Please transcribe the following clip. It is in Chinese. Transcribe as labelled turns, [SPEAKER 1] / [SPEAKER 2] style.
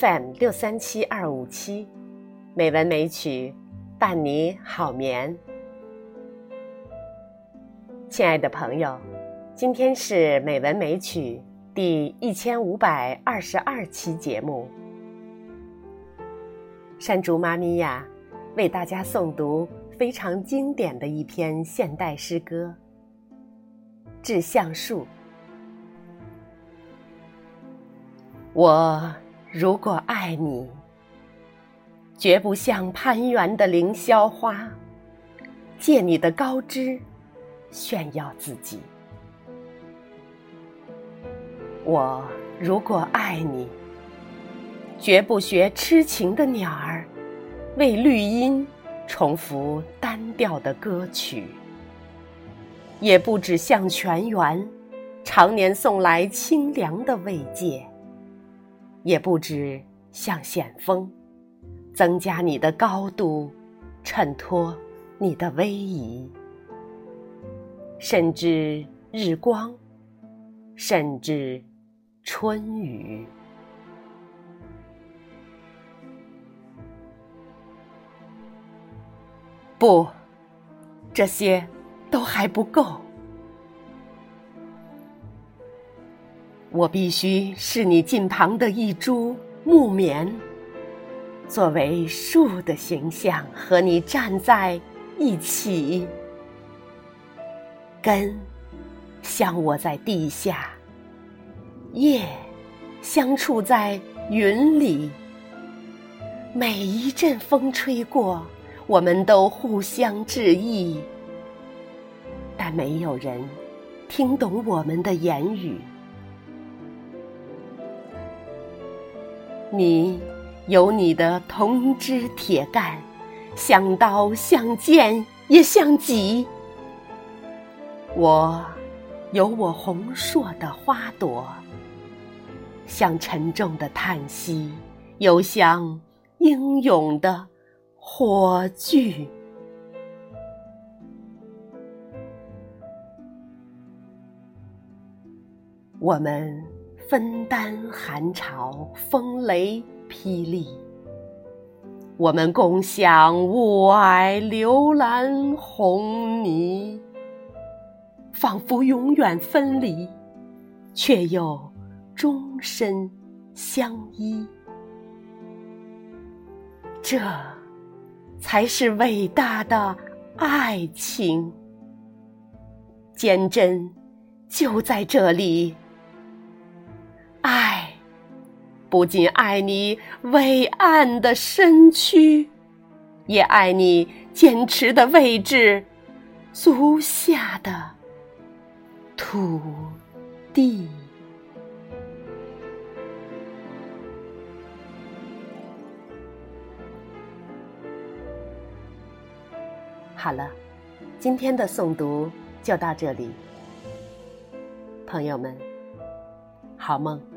[SPEAKER 1] FM637257，美文美曲伴你好眠。亲爱的朋友，今天是美文美曲第1522期节目。山竹妈咪呀，为大家诵读非常经典的一篇现代诗歌《致橡树》。我如果爱你，绝不像攀援的凌霄花，借你的高枝炫耀自己。我如果爱你，绝不学痴情的鸟儿，为绿荫重复单调的歌曲，也不只向泉源常年送来清凉的慰藉，也不止向险峰增加你的高度，衬托你的威仪，甚至日光，甚至春雨。不，这些都还不够。我必须是你近旁的一株木棉，作为树的形象和你站在一起，根像我在地下，叶相触在云里。每一阵风吹过，我们都互相致意，但没有人听懂我们的言语。你有你的铜枝铁干，像刀像剑也像戟。我有我红硕的花朵，像沉重的叹息，又像英勇的火炬。我们分担寒潮，风雷霹雳，我们共享雾霭流岚红霓，仿佛永远分离，却又终身相依。这才是伟大的爱情，坚贞就在这里。爱不仅爱你伟岸的身躯，也爱你坚持的位置，足下的土地。好了，今天的诵读就到这里，朋友们，好梦。